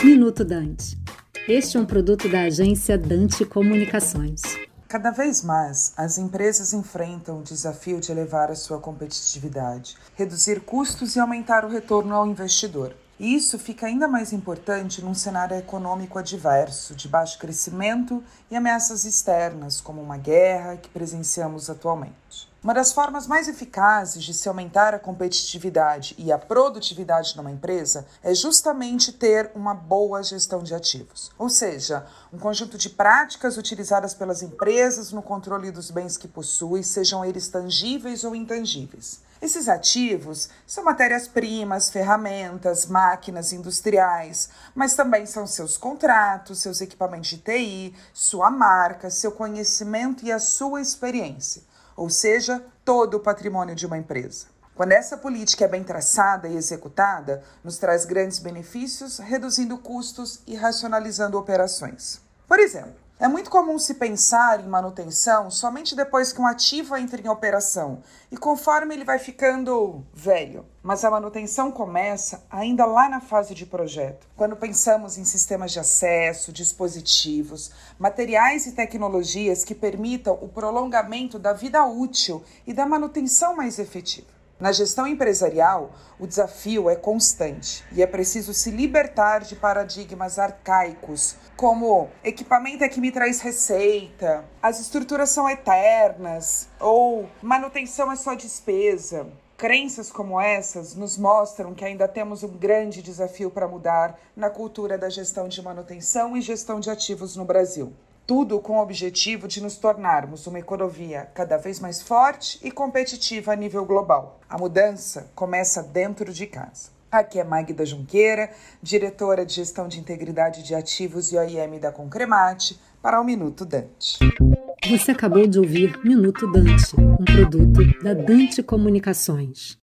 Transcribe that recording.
Minuto Dante. Este é um produto da agência Dante Comunicações. Cada vez mais, as empresas enfrentam o desafio de elevar a sua competitividade, reduzir custos e aumentar o retorno ao investidor. E isso fica ainda mais importante num cenário econômico adverso, de baixo crescimento e ameaças externas, como uma guerra que presenciamos atualmente. Uma das formas mais eficazes de se aumentar a competitividade e a produtividade numa empresa é justamente ter uma boa gestão de ativos. Ou seja, um conjunto de práticas utilizadas pelas empresas no controle dos bens que possui, sejam eles tangíveis ou intangíveis. Esses ativos são matérias-primas, ferramentas, máquinas industriais, mas também são seus contratos, seus equipamentos de TI, sua marca, seu conhecimento e a sua experiência, ou seja, todo o patrimônio de uma empresa. Quando essa política é bem traçada e executada, nos traz grandes benefícios, reduzindo custos e racionalizando operações. Por exemplo, é muito comum se pensar em manutenção somente depois que um ativo entra em operação e conforme ele vai ficando velho. Mas a manutenção começa ainda lá na fase de projeto, quando pensamos em sistemas de acesso, dispositivos, materiais e tecnologias que permitam o prolongamento da vida útil e da manutenção mais efetiva. Na gestão empresarial, o desafio é constante e é preciso se libertar de paradigmas arcaicos, como equipamento é que me traz receita, as estruturas são eternas ou manutenção é só despesa. Crenças como essas nos mostram que ainda temos um grande desafio para mudar na cultura da gestão de manutenção e gestão de ativos no Brasil. Tudo com o objetivo de nos tornarmos uma economia cada vez mais forte e competitiva a nível global. A mudança começa dentro de casa. Aqui é Magda Junqueira, diretora de Gestão de Integridade de Ativos e OIM da Concremate, para o Minuto Dante. Você acabou de ouvir Minuto Dante, um produto da Dante Comunicações.